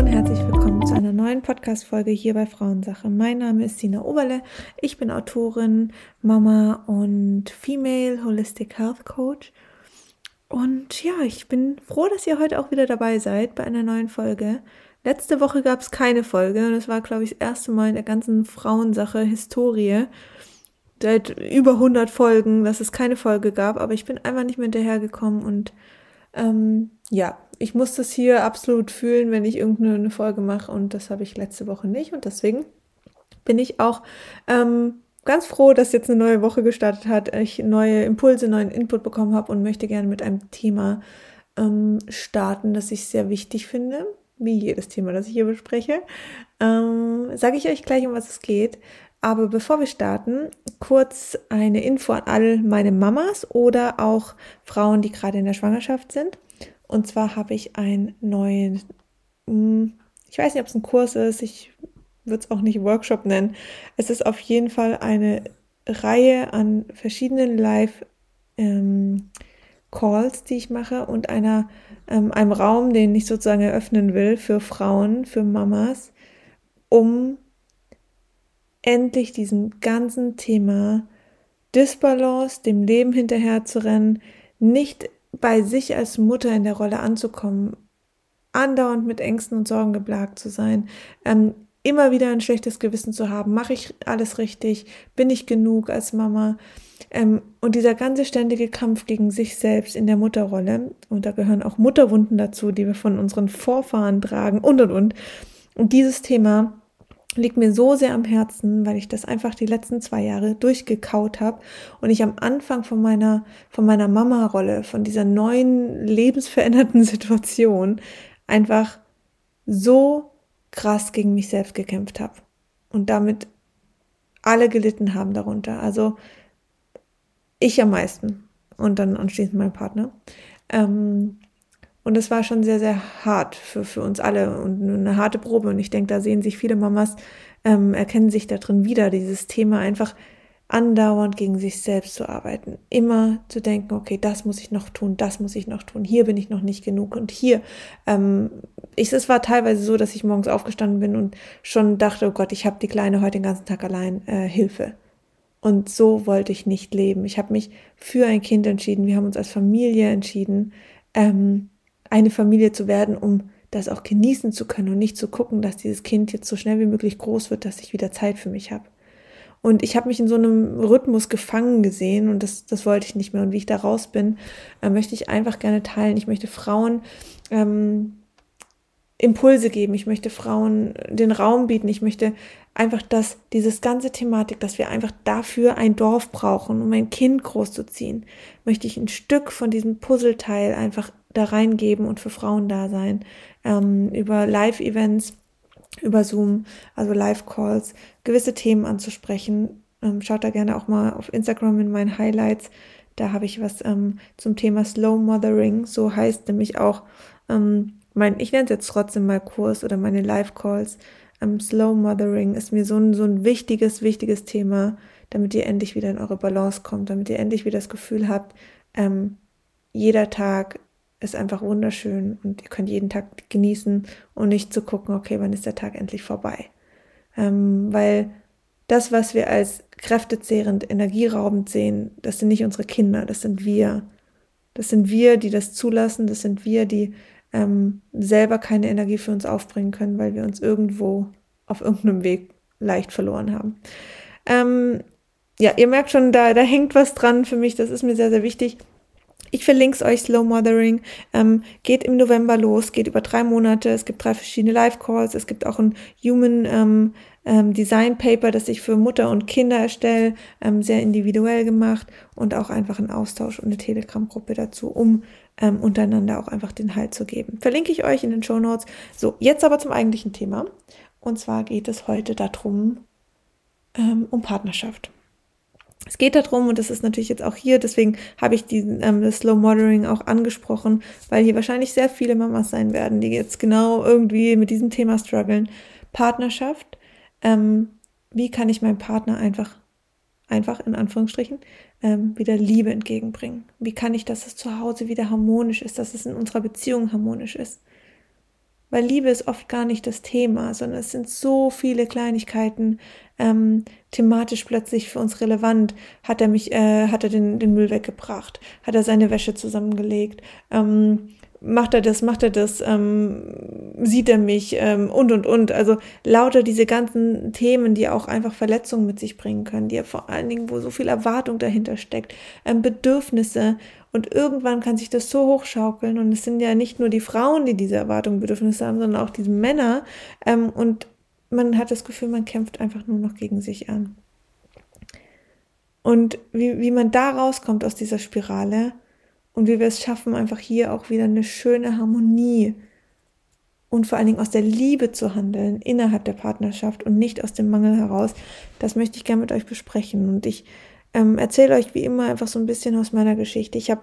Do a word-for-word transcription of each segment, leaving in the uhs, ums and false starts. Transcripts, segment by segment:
und herzlich willkommen zu einer neuen Podcast-Folge hier bei Frauensache. Mein Name ist Sina Oberle, ich bin Autorin, Mama und Female Holistic Health Coach. Und ja, ich bin froh, dass ihr heute auch wieder dabei seid bei einer neuen Folge. Letzte Woche gab es keine Folge und das war, glaube ich, das erste Mal in der ganzen Frauensache-Historie seit über hundert Folgen, dass es keine Folge gab, aber ich bin einfach nicht mehr hinterhergekommen und ähm, ja, ich muss das hier absolut fühlen, wenn ich irgendeine Folge mache und das habe ich letzte Woche nicht und deswegen bin ich auch ähm, ganz froh, dass jetzt eine neue Woche gestartet hat, ich neue Impulse, neuen Input bekommen habe und möchte gerne mit einem Thema ähm, starten, das ich sehr wichtig finde, wie jedes Thema, das ich hier bespreche. Ähm, sage ich euch gleich, um was es geht. Aber bevor wir starten, kurz eine Info an all meine Mamas oder auch Frauen, die gerade in der Schwangerschaft sind. Und zwar habe ich einen neuen, ich weiß nicht, ob es ein Kurs ist, ich würde es auch nicht Workshop nennen. Es ist auf jeden Fall eine Reihe an verschiedenen Live- ähm, Calls, die ich mache und einer, ähm, einem Raum, den ich sozusagen eröffnen will für Frauen, für Mamas, um endlich diesem ganzen Thema Disbalance, dem Leben hinterher zu rennen, nicht bei sich als Mutter in der Rolle anzukommen, andauernd mit Ängsten und Sorgen geplagt zu sein, ähm, immer wieder ein schlechtes Gewissen zu haben, mache ich alles richtig, bin ich genug als Mama, ähm, und dieser ganze ständige Kampf gegen sich selbst in der Mutterrolle, und da gehören auch Mutterwunden dazu, die wir von unseren Vorfahren tragen und und und, und dieses Thema liegt mir so sehr am Herzen, weil ich das einfach die letzten zwei Jahre durchgekaut habe und ich am Anfang von meiner, von meiner Mama-Rolle, von dieser neuen lebensveränderten Situation einfach so krass gegen mich selbst gekämpft habe und damit alle gelitten haben darunter. Also ich am meisten und dann anschließend mein Partner. Ähm, Und es war schon sehr, sehr hart für, für uns alle und eine harte Probe. Und ich denke, da sehen sich viele Mamas, ähm, erkennen sich da drin wieder, dieses Thema einfach andauernd gegen sich selbst zu arbeiten. Immer zu denken, okay, das muss ich noch tun, das muss ich noch tun, hier bin ich noch nicht genug und hier. Ähm, ich, es war teilweise so, dass ich morgens aufgestanden bin und schon dachte, oh Gott, ich habe die Kleine heute den ganzen Tag allein, äh, Hilfe. Und so wollte ich nicht leben. Ich habe mich für ein Kind entschieden. Wir haben uns als Familie entschieden, ähm, eine Familie zu werden, um das auch genießen zu können und nicht zu gucken, dass dieses Kind jetzt so schnell wie möglich groß wird, dass ich wieder Zeit für mich habe. Und ich habe mich in so einem Rhythmus gefangen gesehen und das, das wollte ich nicht mehr. Und wie ich da raus bin, äh, möchte ich einfach gerne teilen. Ich möchte Frauen ähm, Impulse geben. Ich möchte Frauen den Raum bieten. Ich möchte einfach, dass dieses ganze Thematik, dass wir einfach dafür ein Dorf brauchen, um ein Kind großzuziehen, möchte ich ein Stück von diesem Puzzleteil einfach da reingeben und für Frauen da sein. Ähm, über Live-Events, über Zoom, also Live-Calls, gewisse Themen anzusprechen. Ähm, schaut da gerne auch mal auf Instagram in meinen Highlights. Da habe ich was ähm, zum Thema Slow Mothering. So heißt nämlich auch ähm, mein, ich nenne es jetzt trotzdem mal Kurs oder meine Live-Calls. Ähm, Slow Mothering ist mir so ein, so ein wichtiges, wichtiges Thema, damit ihr endlich wieder in eure Balance kommt, damit ihr endlich wieder das Gefühl habt, ähm, jeder Tag ist einfach wunderschön und ihr könnt jeden Tag genießen und nicht zu gucken, okay, wann ist der Tag endlich vorbei. Ähm, weil das, was wir als kräftezehrend, energieraubend sehen, das sind nicht unsere Kinder, das sind wir. Das sind wir, die das zulassen, das sind wir, die ähm, selber keine Energie für uns aufbringen können, weil wir uns irgendwo auf irgendeinem Weg leicht verloren haben. Ähm, ja, ihr merkt schon, da, da hängt was dran für mich, das ist mir sehr, sehr wichtig. Ich verlinke es euch, Slow Mothering, ähm, geht im November los, geht über drei Monate, es gibt drei verschiedene Live-Calls, es gibt auch ein Human ähm, ähm, Design Paper, das ich für Mutter und Kinder erstelle, ähm, sehr individuell gemacht und auch einfach einen Austausch und eine Telegram-Gruppe dazu, um ähm, untereinander auch einfach den Halt zu geben. Verlinke ich euch in den Shownotes. So, jetzt aber zum eigentlichen Thema und zwar geht es heute darum, ähm, um Partnerschaft. Es geht darum, und das ist natürlich jetzt auch hier, deswegen habe ich diesen, ähm, das Slow Mothering auch angesprochen, weil hier wahrscheinlich sehr viele Mamas sein werden, die jetzt genau irgendwie mit diesem Thema strugglen. Partnerschaft, ähm, wie kann ich meinem Partner einfach, einfach in Anführungsstrichen, ähm, wieder Liebe entgegenbringen? Wie kann ich, dass es zu Hause wieder harmonisch ist, dass es in unserer Beziehung harmonisch ist? Weil Liebe ist oft gar nicht das Thema, sondern es sind so viele Kleinigkeiten ähm, thematisch plötzlich für uns relevant. Hat er mich, äh, hat er den, den Müll weggebracht? Hat er seine Wäsche zusammengelegt? Ähm, macht er das, macht er das, ähm, sieht er mich ähm, und, und, und. Also lauter diese ganzen Themen, die auch einfach Verletzungen mit sich bringen können, die ja vor allen Dingen, wo so viel Erwartung dahinter steckt, ähm, Bedürfnisse. Und irgendwann kann sich das so hochschaukeln und es sind ja nicht nur die Frauen, die diese Erwartungen, Bedürfnisse haben, sondern auch diese Männer. Ähm, und man hat das Gefühl, man kämpft einfach nur noch gegen sich an. Und wie, wie man da rauskommt aus dieser Spirale, und wie wir es schaffen, einfach hier auch wieder eine schöne Harmonie und vor allen Dingen aus der Liebe zu handeln innerhalb der Partnerschaft und nicht aus dem Mangel heraus, das möchte ich gerne mit euch besprechen. Und ich ähm, erzähle euch wie immer einfach so ein bisschen aus meiner Geschichte. Ich habe,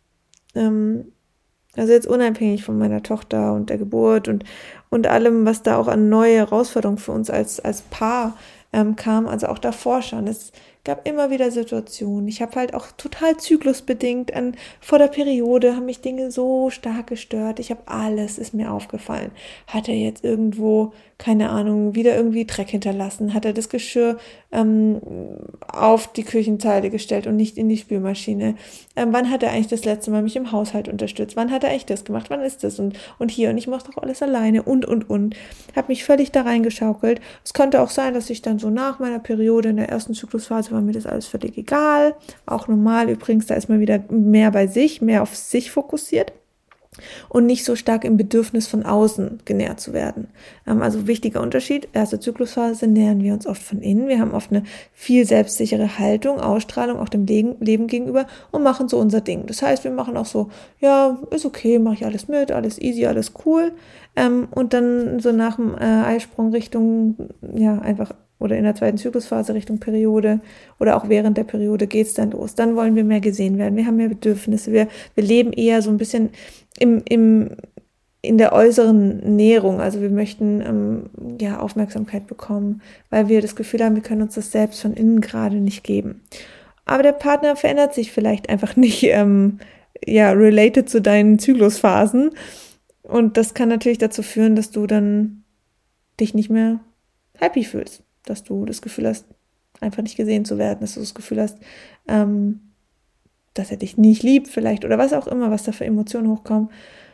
ähm, also jetzt unabhängig von meiner Tochter und der Geburt und, und allem, was da auch an neue Herausforderungen für uns als, als Paar ähm, kam, also auch davor schon. Es gab immer wieder Situationen. Ich habe halt auch total zyklusbedingt an vor der Periode haben mich Dinge so stark gestört. Ich habe alles ist mir aufgefallen. Hat er jetzt irgendwo, keine Ahnung, wieder irgendwie Dreck hinterlassen? Hat er das Geschirr ähm, auf die Küchenzeile gestellt und nicht in die Spülmaschine? Ähm, wann hat er eigentlich das letzte Mal mich im Haushalt unterstützt? Wann hat er eigentlich das gemacht? Wann ist das? Und, und hier, und ich mache doch alles alleine und, und, und. Habe mich völlig da reingeschaukelt. Es konnte auch sein, dass ich dann so nach meiner Periode in der ersten Zyklusphase war mir das alles völlig egal. Auch normal übrigens, da ist man wieder mehr bei sich, mehr auf sich fokussiert und nicht so stark im Bedürfnis von außen genährt zu werden. Ähm, also wichtiger Unterschied, erste Zyklusphase nähern wir uns oft von innen. Wir haben oft eine viel selbstsichere Haltung, Ausstrahlung auch dem Leben, Leben gegenüber und machen so unser Ding. Das heißt, wir machen auch so, ja, ist okay, mache ich alles mit, alles easy, alles cool. Ähm, und dann so nach dem äh, Eisprung Richtung, ja, einfach oder in der zweiten Zyklusphase Richtung Periode oder auch während der Periode geht's dann los. Dann wollen wir mehr gesehen werden. Wir haben mehr Bedürfnisse. Wir, wir leben eher so ein bisschen im, im, in der äußeren Näherung. Also wir möchten ähm, ja Aufmerksamkeit bekommen, weil wir das Gefühl haben, wir können uns das selbst von innen gerade nicht geben. Aber der Partner verändert sich vielleicht einfach nicht ähm, ja related zu deinen Zyklusphasen. Und das kann natürlich dazu führen, dass du dann dich nicht mehr happy fühlst. Dass du das Gefühl hast, einfach nicht gesehen zu werden, dass du das Gefühl hast, ähm, dass er dich nicht liebt vielleicht oder was auch immer, was da für Emotionen hochkommen.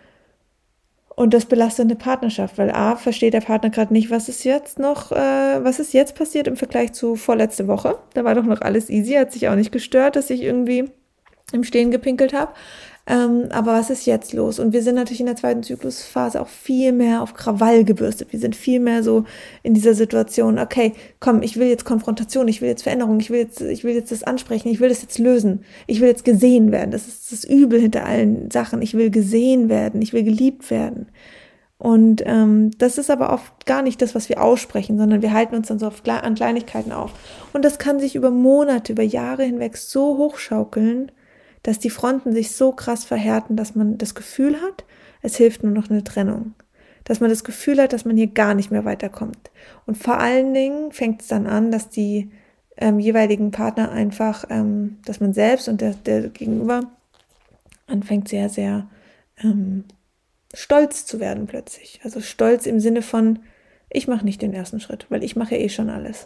Und das belastet eine Partnerschaft, weil A, versteht der Partner gerade nicht, was ist jetzt noch, äh, was ist jetzt passiert im Vergleich zu vorletzte Woche. Da war doch noch alles easy, hat sich auch nicht gestört, dass ich irgendwie im Stehen gepinkelt habe. Ähm, aber was ist jetzt los? Und wir sind natürlich in der zweiten Zyklusphase auch viel mehr auf Krawall gebürstet. Wir sind viel mehr so in dieser Situation, okay, komm, ich will jetzt Konfrontation, ich will jetzt Veränderung, ich will jetzt, ich will jetzt das ansprechen, ich will das jetzt lösen, ich will jetzt gesehen werden. Das ist das Übel hinter allen Sachen. Ich will gesehen werden, ich will geliebt werden. Und ähm, das ist aber oft gar nicht das, was wir aussprechen, sondern wir halten uns dann so auf, an Kleinigkeiten auf. Und das kann sich über Monate, über Jahre hinweg so hochschaukeln, dass die Fronten sich so krass verhärten, dass man das Gefühl hat, es hilft nur noch eine Trennung. Dass man das Gefühl hat, dass man hier gar nicht mehr weiterkommt. Und vor allen Dingen fängt es dann an, dass die ähm, jeweiligen Partner einfach, ähm, dass man selbst und der, der Gegenüber anfängt sehr, sehr ähm, stolz zu werden plötzlich. Also stolz im Sinne von, ich mache nicht den ersten Schritt, weil ich mache ja eh schon alles.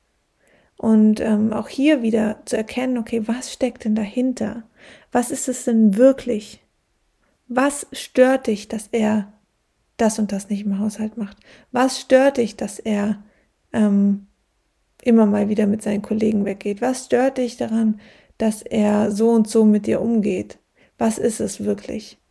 Und ähm, auch hier wieder zu erkennen, okay, was steckt denn dahinter? Was ist es denn wirklich? Was stört dich, dass er das und das nicht im Haushalt macht? Was stört dich, dass er ähm, immer mal wieder mit seinen Kollegen weggeht? Was stört dich daran, dass er so und so mit dir umgeht? Was ist es wirklich?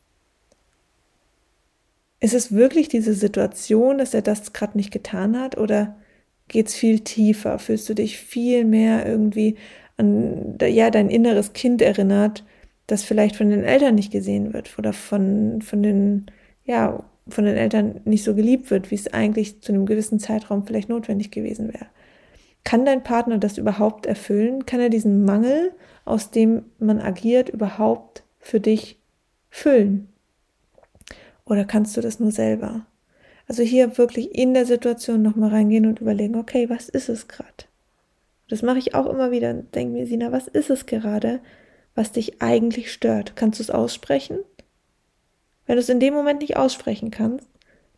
Ist es wirklich diese Situation, dass er das gerade nicht getan hat, oder geht's viel tiefer? Fühlst du dich viel mehr irgendwie an ja, dein inneres Kind erinnert, das vielleicht von den Eltern nicht gesehen wird oder von, von den, ja, von den Eltern nicht so geliebt wird, wie es eigentlich zu einem gewissen Zeitraum vielleicht notwendig gewesen wäre? Kann dein Partner das überhaupt erfüllen? Kann er diesen Mangel, aus dem man agiert, überhaupt für dich füllen? Oder kannst du das nur selber? Also hier wirklich in der Situation nochmal reingehen und überlegen, okay, was ist es gerade? Das mache ich auch immer wieder und denke mir, Sina, was ist es gerade, was dich eigentlich stört? Kannst du es aussprechen? Wenn du es in dem Moment nicht aussprechen kannst,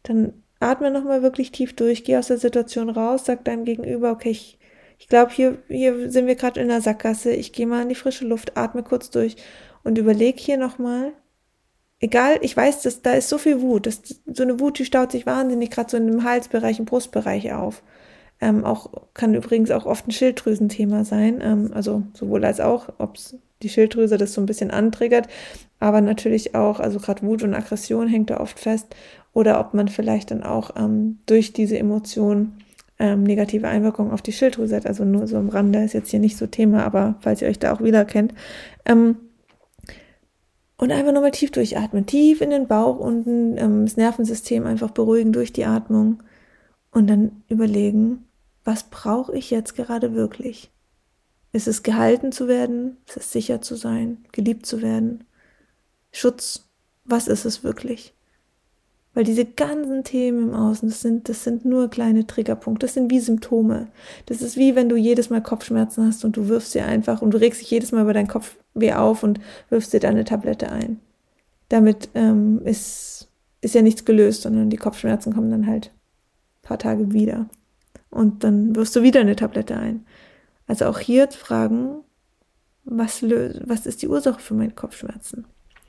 dann atme nochmal wirklich tief durch, geh aus der Situation raus, sag deinem Gegenüber, okay, ich, ich glaube, hier, hier sind wir gerade in der Sackgasse, ich gehe mal in die frische Luft, atme kurz durch und überleg hier nochmal, egal, ich weiß, dass da ist so viel Wut, das, so eine Wut, die staut sich wahnsinnig gerade so in dem Halsbereich, im Brustbereich auf. Ähm, auch kann übrigens auch oft ein Schilddrüsenthema sein, ähm, also sowohl als auch, ob es die Schilddrüse das so ein bisschen antriggert, aber natürlich auch, also gerade Wut und Aggression hängt da oft fest, oder ob man vielleicht dann auch ähm, durch diese Emotion ähm, negative Einwirkungen auf die Schilddrüse hat, also nur so am Rande, ist jetzt hier nicht so Thema, aber falls ihr euch da auch wieder kennt. Ähm, und einfach nochmal tief durchatmen, tief in den Bauch unten, ähm, das Nervensystem einfach beruhigen durch die Atmung und dann überlegen, was brauche ich jetzt gerade wirklich? Ist es gehalten zu werden? Ist es sicher zu sein? Geliebt zu werden? Schutz? Was ist es wirklich? Weil diese ganzen Themen im Außen, das sind, das sind nur kleine Triggerpunkte, das sind wie Symptome. Das ist wie wenn du jedes Mal Kopfschmerzen hast und du wirfst dir einfach und du regst dich jedes Mal über deinen Kopfweh auf und wirfst dir deine Tablette ein. Damit ähm, ist, ist ja nichts gelöst, sondern die Kopfschmerzen kommen dann halt ein paar Tage wieder. Und dann wirfst du wieder eine Tablette ein. Also auch hier fragen, was, lö- was ist die Ursache für meine Kopfschmerzen?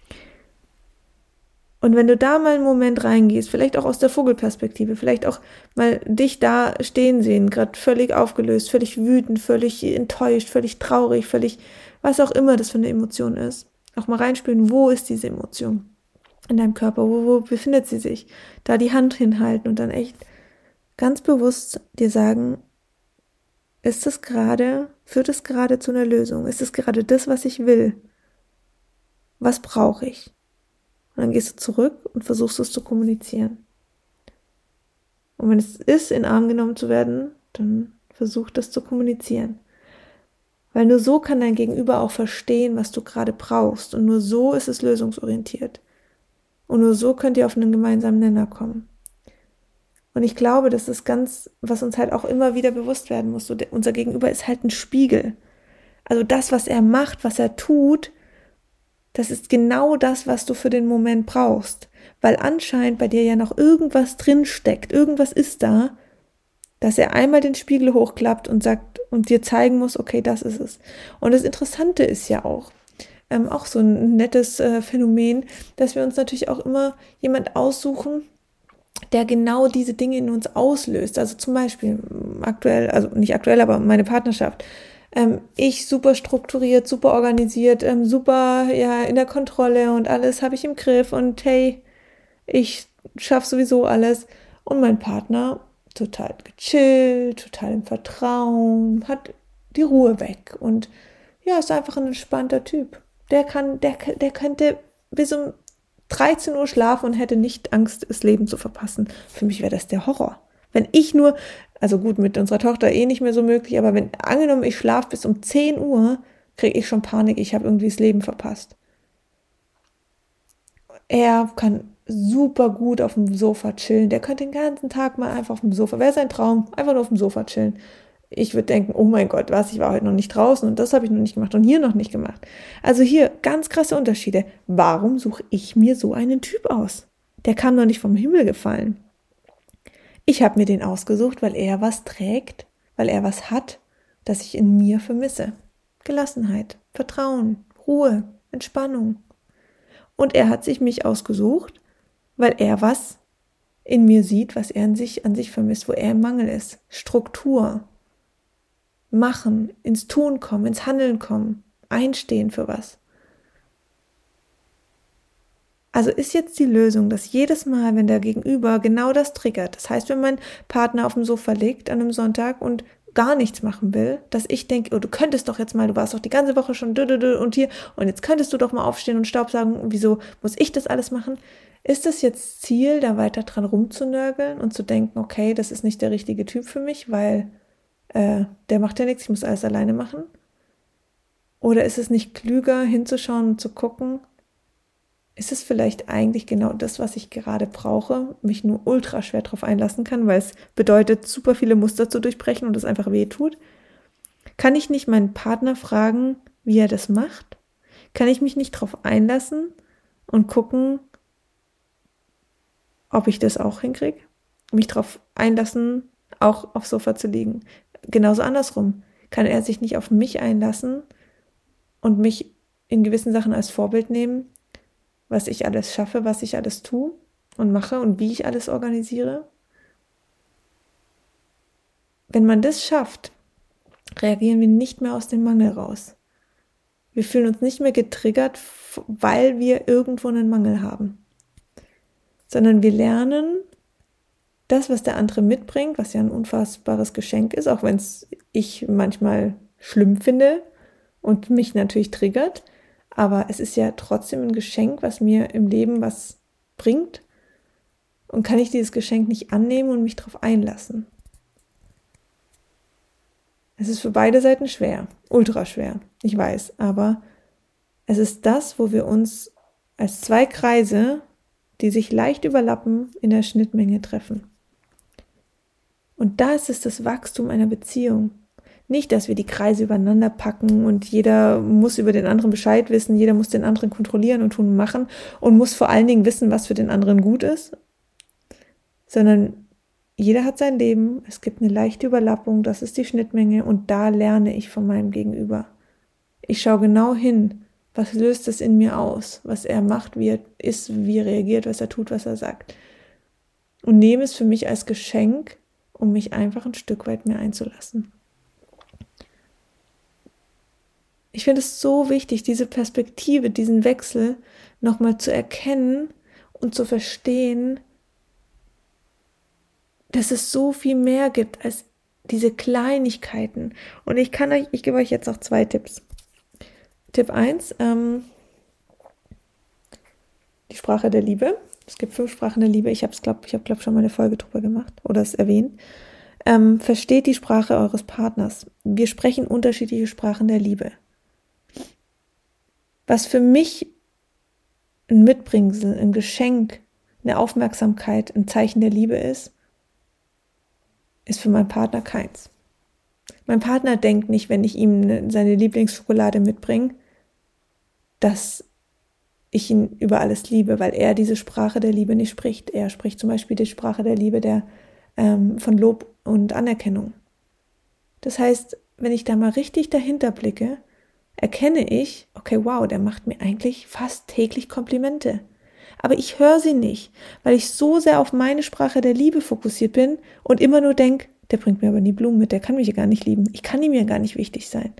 Und wenn du da mal einen Moment reingehst, vielleicht auch aus der Vogelperspektive, vielleicht auch mal dich da stehen sehen, gerade völlig aufgelöst, völlig wütend, völlig enttäuscht, völlig traurig, völlig, was auch immer das für eine Emotion ist. Auch mal reinspüren, wo ist diese Emotion in deinem Körper, wo, wo befindet sie sich? Da die Hand hinhalten und dann echt ganz bewusst dir sagen, ist es gerade, führt es gerade zu einer Lösung? Ist es gerade das, was ich will? Was brauche ich? Und dann gehst du zurück und versuchst es zu kommunizieren. Und wenn es ist, in den Arm genommen zu werden, dann versuch das zu kommunizieren. Weil nur so kann dein Gegenüber auch verstehen, was du gerade brauchst. Und nur so ist es lösungsorientiert. Und nur so könnt ihr auf einen gemeinsamen Nenner kommen. Und ich glaube, das ist ganz, was uns halt auch immer wieder bewusst werden muss. So, unser Gegenüber ist halt ein Spiegel. Also das, was er macht, was er tut, das ist genau das, was du für den Moment brauchst. Weil anscheinend bei dir ja noch irgendwas drinsteckt, irgendwas ist da, dass er einmal den Spiegel hochklappt und sagt und dir zeigen muss, okay, das ist es. Und das Interessante ist ja auch, ähm, auch so ein nettes äh, Phänomen, dass wir uns natürlich auch immer jemand aussuchen, der genau diese Dinge in uns auslöst. Also zum Beispiel aktuell, also nicht aktuell, aber meine Partnerschaft. Ähm, ich super strukturiert, super organisiert, ähm, super ja in der Kontrolle und alles habe ich im Griff und hey, ich schaffe sowieso alles. Und mein Partner total gechillt, total im Vertrauen, hat die Ruhe weg und ja, ist einfach ein entspannter Typ. Der kann, der, der könnte bis um dreizehn Uhr schlafen und hätte nicht Angst, das Leben zu verpassen. Für mich wäre das der Horror. Wenn ich nur, also gut, mit unserer Tochter eh nicht mehr so möglich, aber wenn, angenommen, ich schlafe bis um zehn Uhr, kriege ich schon Panik, ich habe irgendwie das Leben verpasst. Er kann super gut auf dem Sofa chillen. Der könnte den ganzen Tag mal einfach auf dem Sofa, wäre sein Traum, einfach nur auf dem Sofa chillen. Ich würde denken, oh mein Gott, was, ich war heute noch nicht draußen und das habe ich noch nicht gemacht und hier noch nicht gemacht. Also hier ganz krasse Unterschiede. Warum suche ich mir so einen Typ aus? Der kam doch nicht vom Himmel gefallen. Ich habe mir den ausgesucht, weil er was trägt, weil er was hat, das ich in mir vermisse. Gelassenheit, Vertrauen, Ruhe, Entspannung. Und er hat sich mich ausgesucht, weil er was in mir sieht, was er an sich, an sich vermisst, wo er im Mangel ist. Struktur. Machen, ins Tun kommen, ins Handeln kommen, einstehen für was. Also ist jetzt die Lösung, dass jedes Mal, wenn der Gegenüber genau das triggert, das heißt, wenn mein Partner auf dem Sofa liegt an einem Sonntag und gar nichts machen will, dass ich denke, oh, du könntest doch jetzt mal, du warst doch die ganze Woche schon und hier und jetzt könntest du doch mal aufstehen und Staubsaugen, wieso muss ich das alles machen? Ist das jetzt Ziel, da weiter dran rumzunörgeln und zu denken, okay, das ist nicht der richtige Typ für mich, weil äh, der macht ja nichts, ich muss alles alleine machen? Oder ist es nicht klüger, hinzuschauen und zu gucken, ist es vielleicht eigentlich genau das, was ich gerade brauche, mich nur ultra schwer drauf einlassen kann, weil es bedeutet, super viele Muster zu durchbrechen und es einfach weh tut? Kann ich nicht meinen Partner fragen, wie er das macht? Kann ich mich nicht drauf einlassen und gucken, ob ich das auch hinkriege, mich darauf einlassen, auch aufs Sofa zu liegen. Genauso andersrum. Kann er sich nicht auf mich einlassen und mich in gewissen Sachen als Vorbild nehmen, was ich alles schaffe, was ich alles tue und mache und wie ich alles organisiere? Wenn man das schafft, reagieren wir nicht mehr aus dem Mangel raus. Wir fühlen uns nicht mehr getriggert, weil wir irgendwo einen Mangel haben, sondern wir lernen, das, was der andere mitbringt, was ja ein unfassbares Geschenk ist, auch wenn es ich manchmal schlimm finde und mich natürlich triggert, aber es ist ja trotzdem ein Geschenk, was mir im Leben was bringt, und kann ich dieses Geschenk nicht annehmen und mich darauf einlassen. Es ist für beide Seiten schwer, ultra schwer, ich weiß, aber es ist das, wo wir uns als zwei Kreise, die sich leicht überlappen, in der Schnittmenge treffen. Und da ist es das Wachstum einer Beziehung. Nicht, dass wir die Kreise übereinander packen und jeder muss über den anderen Bescheid wissen, jeder muss den anderen kontrollieren und tun und machen und muss vor allen Dingen wissen, was für den anderen gut ist, sondern jeder hat sein Leben, es gibt eine leichte Überlappung, das ist die Schnittmenge und da lerne ich von meinem Gegenüber. Ich schaue genau hin, was löst es in mir aus, was er macht, wie er ist, wie er reagiert, was er tut, was er sagt. Und nehme es für mich als Geschenk, um mich einfach ein Stück weit mehr einzulassen. Ich finde es so wichtig, diese Perspektive, diesen Wechsel nochmal zu erkennen und zu verstehen, dass es so viel mehr gibt als diese Kleinigkeiten. Und ich kann euch, ich gebe euch jetzt noch zwei Tipps. Tipp eins, ähm, die Sprache der Liebe. Es gibt fünf Sprachen der Liebe. Ich habe es, glaube ich, habe glaube schon mal eine Folge drüber gemacht oder es erwähnt. Ähm, versteht die Sprache eures Partners. Wir sprechen unterschiedliche Sprachen der Liebe. Was für mich ein Mitbringsel, ein Geschenk, eine Aufmerksamkeit, ein Zeichen der Liebe ist, ist für meinen Partner keins. Mein Partner denkt nicht, wenn ich ihm seine Lieblingsschokolade mitbringe, dass ich ihn über alles liebe, weil er diese Sprache der Liebe nicht spricht. Er spricht zum Beispiel die Sprache der Liebe der, ähm, von Lob und Anerkennung. Das heißt, wenn ich da mal richtig dahinter blicke, erkenne ich, okay, wow, der macht mir eigentlich fast täglich Komplimente. Aber ich höre sie nicht, weil ich so sehr auf meine Sprache der Liebe fokussiert bin und immer nur denke, der bringt mir aber nie Blumen mit, der kann mich ja gar nicht lieben. Ich kann ihm ja gar nicht wichtig sein.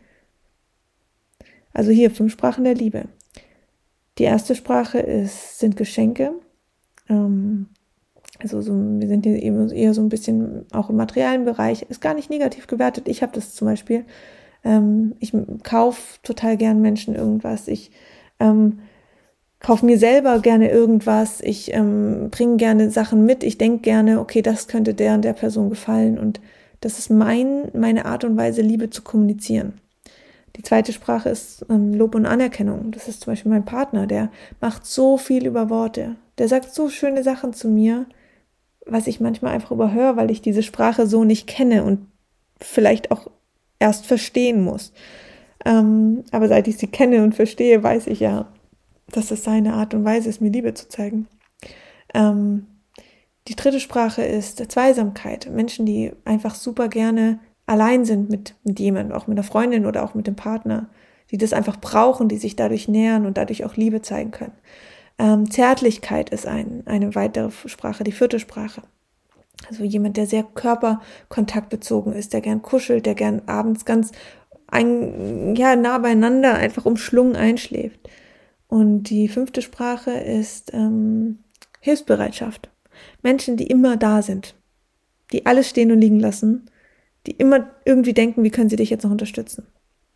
Also hier, fünf Sprachen der Liebe. Die erste Sprache ist, sind Geschenke. Ähm, also so, wir sind hier eher so ein bisschen auch im materiellen Bereich. Ist gar nicht negativ gewertet. Ich habe das zum Beispiel. Ähm, ich kaufe total gern Menschen irgendwas. Ich ähm, kaufe mir selber gerne irgendwas. Ich ähm, bringe gerne Sachen mit. Ich denke gerne, okay, das könnte der und der Person gefallen. Und das ist mein, meine Art und Weise, Liebe zu kommunizieren. Die zweite Sprache ist ähm, Lob und Anerkennung. Das ist zum Beispiel mein Partner, der macht so viel über Worte. Der sagt so schöne Sachen zu mir, was ich manchmal einfach überhöre, weil ich diese Sprache so nicht kenne und vielleicht auch erst verstehen muss. Ähm, aber seit ich sie kenne und verstehe, weiß ich ja, dass das seine Art und Weise ist, mir Liebe zu zeigen. Ähm, die dritte Sprache ist Zweisamkeit. Menschen, die einfach super gerne allein sind mit, mit jemandem, auch mit einer Freundin oder auch mit dem Partner, die das einfach brauchen, die sich dadurch nähern und dadurch auch Liebe zeigen können. Ähm, Zärtlichkeit ist ein, eine weitere Sprache, die vierte Sprache. Also jemand, der sehr körperkontaktbezogen ist, der gern kuschelt, der gern abends ganz ein, ja, nah beieinander einfach umschlungen einschläft. Und die fünfte Sprache ist ähm, Hilfsbereitschaft. Menschen, die immer da sind, die alles stehen und liegen lassen, die immer irgendwie denken, wie können sie dich jetzt noch unterstützen.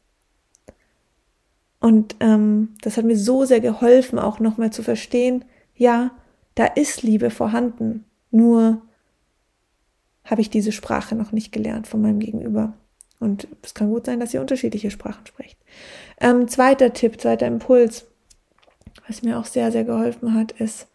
Und ähm, das hat mir so sehr geholfen, auch nochmal zu verstehen, ja, da ist Liebe vorhanden, nur habe ich diese Sprache noch nicht gelernt von meinem Gegenüber. Und es kann gut sein, dass ihr unterschiedliche Sprachen spricht. Ähm, zweiter Tipp, zweiter Impuls, was mir auch sehr, sehr geholfen hat, ist,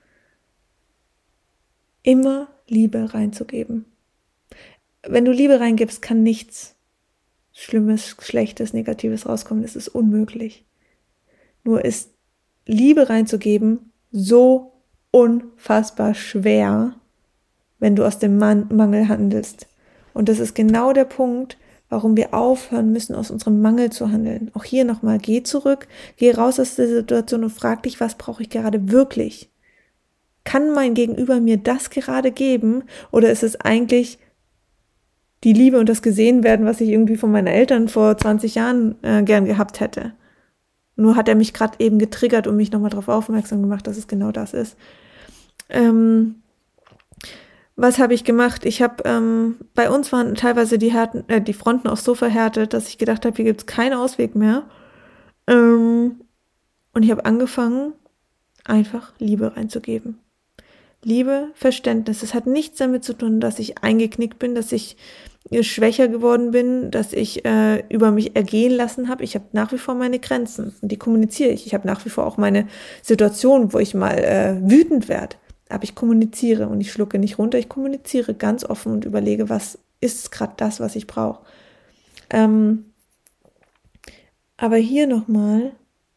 immer Liebe reinzugeben. Wenn du Liebe reingibst, kann nichts Schlimmes, Schlechtes, Negatives rauskommen. Das ist unmöglich. Nur ist Liebe reinzugeben so unfassbar schwer, wenn du aus dem Man- Mangel handelst. Und das ist genau der Punkt, warum wir aufhören müssen, aus unserem Mangel zu handeln. Auch hier nochmal, geh zurück, geh raus aus der Situation und frag dich, was brauche ich gerade wirklich? Kann mein Gegenüber mir das gerade geben oder ist es eigentlich die Liebe und das Gesehenwerden, was ich irgendwie von meinen Eltern vor zwanzig Jahren äh, gern gehabt hätte? Nur hat er mich gerade eben getriggert und mich nochmal darauf aufmerksam gemacht, dass es genau das ist. Ähm, was habe ich gemacht? Ich habe, ähm, bei uns waren teilweise die, Härten, äh, die Fronten auch so verhärtet, dass ich gedacht habe, hier gibt es keinen Ausweg mehr. Ähm, und ich habe angefangen, einfach Liebe reinzugeben. Liebe, Verständnis. Es hat nichts damit zu tun, dass ich eingeknickt bin, dass ich schwächer geworden bin, dass ich äh, über mich ergehen lassen habe. Ich habe nach wie vor meine Grenzen und die kommuniziere ich. Ich habe nach wie vor auch meine Situation, wo ich mal äh, wütend werde. Aber ich kommuniziere und ich schlucke nicht runter. Ich kommuniziere ganz offen und überlege, was ist gerade das, was ich brauche. Ähm, aber hier nochmal,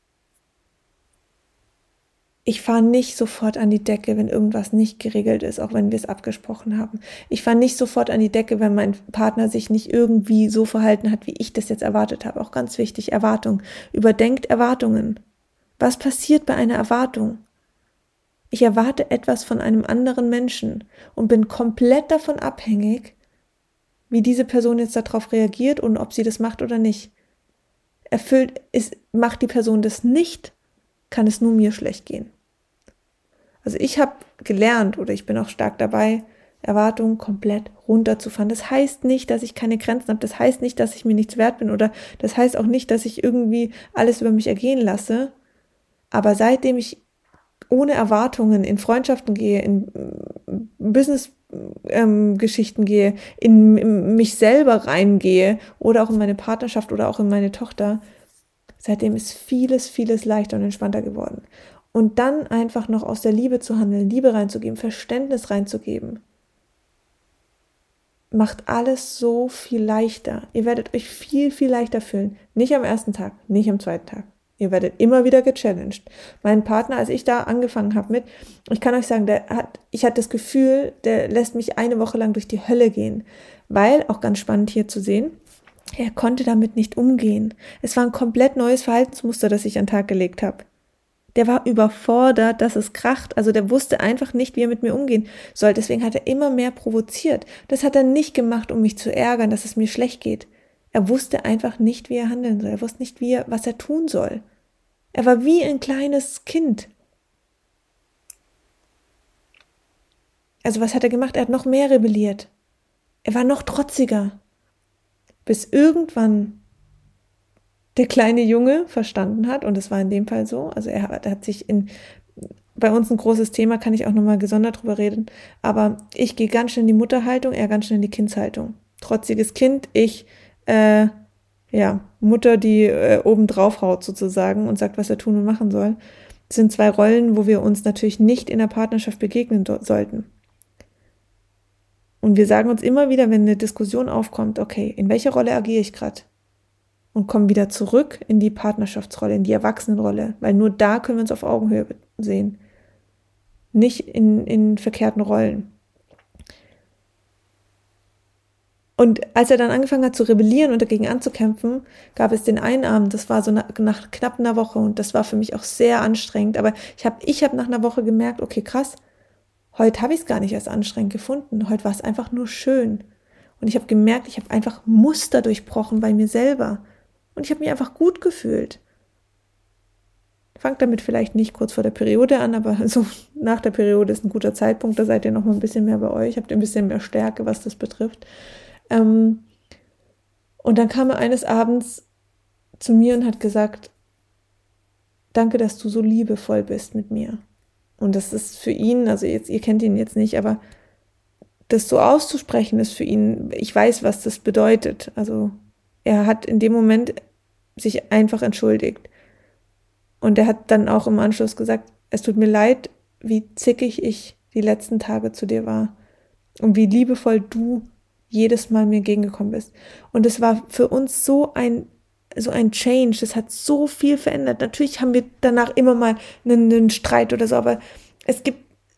ich fahre nicht sofort an die Decke, wenn irgendwas nicht geregelt ist, auch wenn wir es abgesprochen haben. Ich fahre nicht sofort an die Decke, wenn mein Partner sich nicht irgendwie so verhalten hat, wie ich das jetzt erwartet habe. Auch ganz wichtig, Erwartung. Überdenkt Erwartungen. Was passiert bei einer Erwartung? Ich erwarte etwas von einem anderen Menschen und bin komplett davon abhängig, wie diese Person jetzt darauf reagiert und ob sie das macht oder nicht. Erfüllt ist, macht die Person das nicht, kann es nur mir schlecht gehen. Also ich habe gelernt oder ich bin auch stark dabei, Erwartungen komplett runterzufahren. Das heißt nicht, dass ich keine Grenzen habe. Das heißt nicht, dass ich mir nichts wert bin oder das heißt auch nicht, dass ich irgendwie alles über mich ergehen lasse. Aber seitdem ich ohne Erwartungen in Freundschaften gehe, in Business-Geschichten ähm, gehe, in, in mich selber reingehe oder auch in meine Partnerschaft oder auch in meine Tochter, seitdem ist vieles, vieles leichter und entspannter geworden. Und dann einfach noch aus der Liebe zu handeln, Liebe reinzugeben, Verständnis reinzugeben, macht alles so viel leichter. Ihr werdet euch viel, viel leichter fühlen. Nicht am ersten Tag, nicht am zweiten Tag. Ihr werdet immer wieder gechallenged. Mein Partner, als ich da angefangen habe mit, ich kann euch sagen, der hat, ich hatte das Gefühl, der lässt mich eine Woche lang durch die Hölle gehen. Weil, auch ganz spannend hier zu sehen, er konnte damit nicht umgehen. Es war ein komplett neues Verhaltensmuster, das ich an den Tag gelegt habe. Der war überfordert, dass es kracht. Also der wusste einfach nicht, wie er mit mir umgehen soll. Deswegen hat er immer mehr provoziert. Das hat er nicht gemacht, um mich zu ärgern, dass es mir schlecht geht. Er wusste einfach nicht, wie er handeln soll. Er wusste nicht, wie er, was er tun soll. Er war wie ein kleines Kind. Also was hat er gemacht? Er hat noch mehr rebelliert. Er war noch trotziger. Bis irgendwann der kleine Junge verstanden hat, und es war in dem Fall so, also er hat, er hat sich in, bei uns ein großes Thema, kann ich auch nochmal gesondert drüber reden, aber ich gehe ganz schnell in die Mutterhaltung, er ganz schnell in die Kindshaltung. Trotziges Kind, ich, äh, ja, Mutter, die äh, oben drauf haut sozusagen und sagt, was er tun und machen soll. Das sind zwei Rollen, wo wir uns natürlich nicht in der Partnerschaft begegnen do- sollten. Und wir sagen uns immer wieder, wenn eine Diskussion aufkommt, okay, in welcher Rolle agiere ich gerade? Und kommen wieder zurück in die Partnerschaftsrolle, in die Erwachsenenrolle, weil nur da können wir uns auf Augenhöhe sehen. Nicht in, in verkehrten Rollen. Und als er dann angefangen hat zu rebellieren und dagegen anzukämpfen, gab es den einen Abend, das war so nach, nach knapp einer Woche und das war für mich auch sehr anstrengend, aber ich habe ich hab nach einer Woche gemerkt, okay, krass, heute habe ich es gar nicht als anstrengend gefunden, heute war es einfach nur schön. Und ich habe gemerkt, ich habe einfach Muster durchbrochen bei mir selber. Und ich habe mich einfach gut gefühlt. Fangt damit vielleicht nicht kurz vor der Periode an, aber so nach der Periode ist ein guter Zeitpunkt. Da seid ihr noch mal ein bisschen mehr bei euch, habt ihr ein bisschen mehr Stärke, was das betrifft. Ähm, und dann kam er eines Abends zu mir und hat gesagt, danke, dass du so liebevoll bist mit mir. Und das ist für ihn, also jetzt, ihr kennt ihn jetzt nicht, aber das so auszusprechen ist für ihn, ich weiß, was das bedeutet. Also er hat in dem Moment sich einfach entschuldigt. Und er hat dann auch im Anschluss gesagt, es tut mir leid, wie zickig ich die letzten Tage zu dir war und wie liebevoll du jedes Mal mir entgegengekommen bist. Und es war für uns so ein, so ein Change, das hat so viel verändert. Natürlich haben wir danach immer mal einen, einen Streit oder so, aber es gibt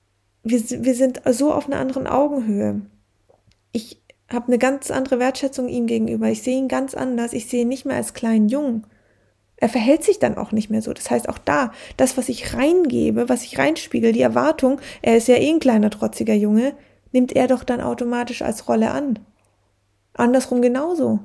wir, wir sind so auf einer anderen Augenhöhe. Ich habe eine ganz andere Wertschätzung ihm gegenüber. Ich sehe ihn ganz anders. Ich sehe ihn nicht mehr als kleinen Jungen. Er verhält sich dann auch nicht mehr so. Das heißt, auch da, das, was ich reingebe, was ich reinspiegel, die Erwartung, er ist ja eh ein kleiner, trotziger Junge, nimmt er doch dann automatisch als Rolle an. Andersrum genauso.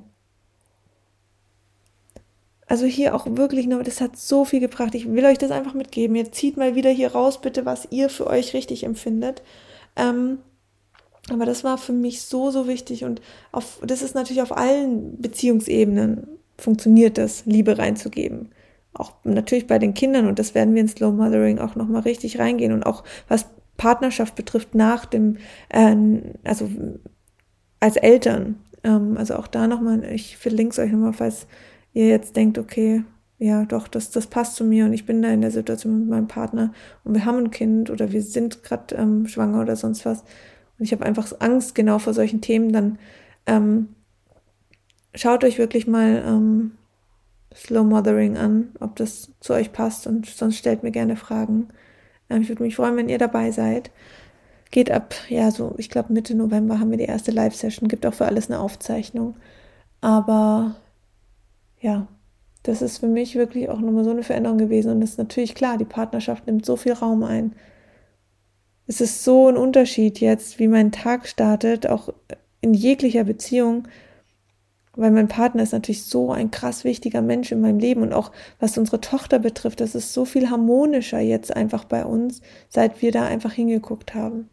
Also hier auch wirklich nur, das hat so viel gebracht. Ich will euch das einfach mitgeben. Jetzt zieht mal wieder hier raus, bitte, was ihr für euch richtig empfindet. Ähm, aber das war für mich so, so wichtig. Und auf, das ist natürlich auf allen Beziehungsebenen funktioniert das, Liebe reinzugeben. Auch natürlich bei den Kindern. Und das werden wir in Slow Mothering auch nochmal richtig reingehen. Und auch was Partnerschaft betrifft nach dem, äh, also als Eltern. Ähm, also auch da nochmal, ich verlinke es euch nochmal, falls ihr jetzt denkt, okay, ja doch, das, das passt zu mir und ich bin da in der Situation mit meinem Partner und wir haben ein Kind oder wir sind gerade ähm, schwanger oder sonst was und ich habe einfach Angst genau vor solchen Themen, dann ähm, schaut euch wirklich mal ähm, Slow Mothering an, ob das zu euch passt und sonst stellt mir gerne Fragen. Ähm, ich würde mich freuen, wenn ihr dabei seid. Geht ab, ja, so, ich glaube Mitte November haben wir die erste Live-Session, gibt auch für alles eine Aufzeichnung. Aber ja, das ist für mich wirklich auch nochmal so eine Veränderung gewesen. Und das ist natürlich klar, die Partnerschaft nimmt so viel Raum ein. Es ist so ein Unterschied jetzt, wie mein Tag startet, auch in jeglicher Beziehung, weil mein Partner ist natürlich so ein krass wichtiger Mensch in meinem Leben. Und auch was unsere Tochter betrifft, das ist so viel harmonischer jetzt einfach bei uns, seit wir da einfach hingeguckt haben.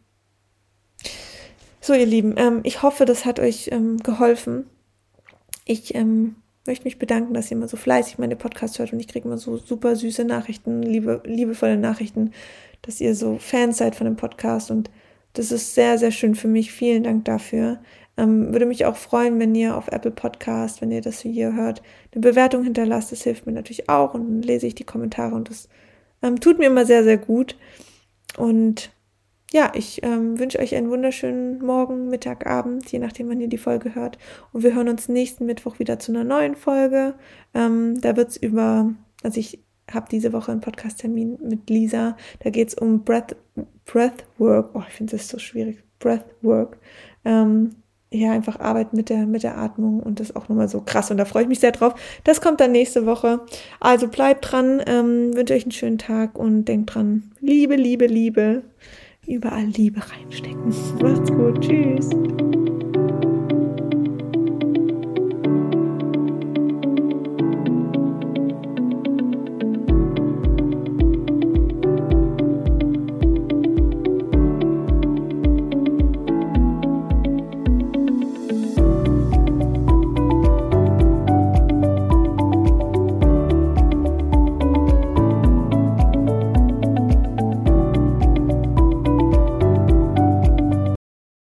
So, ihr Lieben, ähm, ich hoffe, das hat euch ähm, geholfen. Ich ähm, möchte mich bedanken, dass ihr immer so fleißig meine Podcasts hört und ich kriege immer so super süße Nachrichten, liebe, liebevolle Nachrichten, dass ihr so Fans seid von dem Podcast und das ist sehr, sehr schön für mich. Vielen Dank dafür. Ähm, würde mich auch freuen, wenn ihr auf Apple Podcast, wenn ihr das hier hört, eine Bewertung hinterlasst. Das hilft mir natürlich auch und dann lese ich die Kommentare und das ähm, tut mir immer sehr, sehr gut. Und ja, ich ähm, wünsche euch einen wunderschönen Morgen, Mittag, Abend, je nachdem, wann ihr die Folge hört. Und wir hören uns nächsten Mittwoch wieder zu einer neuen Folge. Ähm, da wird es über, also ich habe diese Woche einen Podcast-Termin mit Lisa. Da geht es um Breath, Breathwork. Oh, ich finde das so schwierig. Breathwork. Ähm, ja, einfach Arbeit mit der, mit der Atmung und das auch nochmal so krass. Und da freue ich mich sehr drauf. Das kommt dann nächste Woche. Also bleibt dran, ähm, wünsche euch einen schönen Tag und denkt dran, Liebe, Liebe, Liebe. Überall Liebe reinstecken. Macht's gut. Tschüss.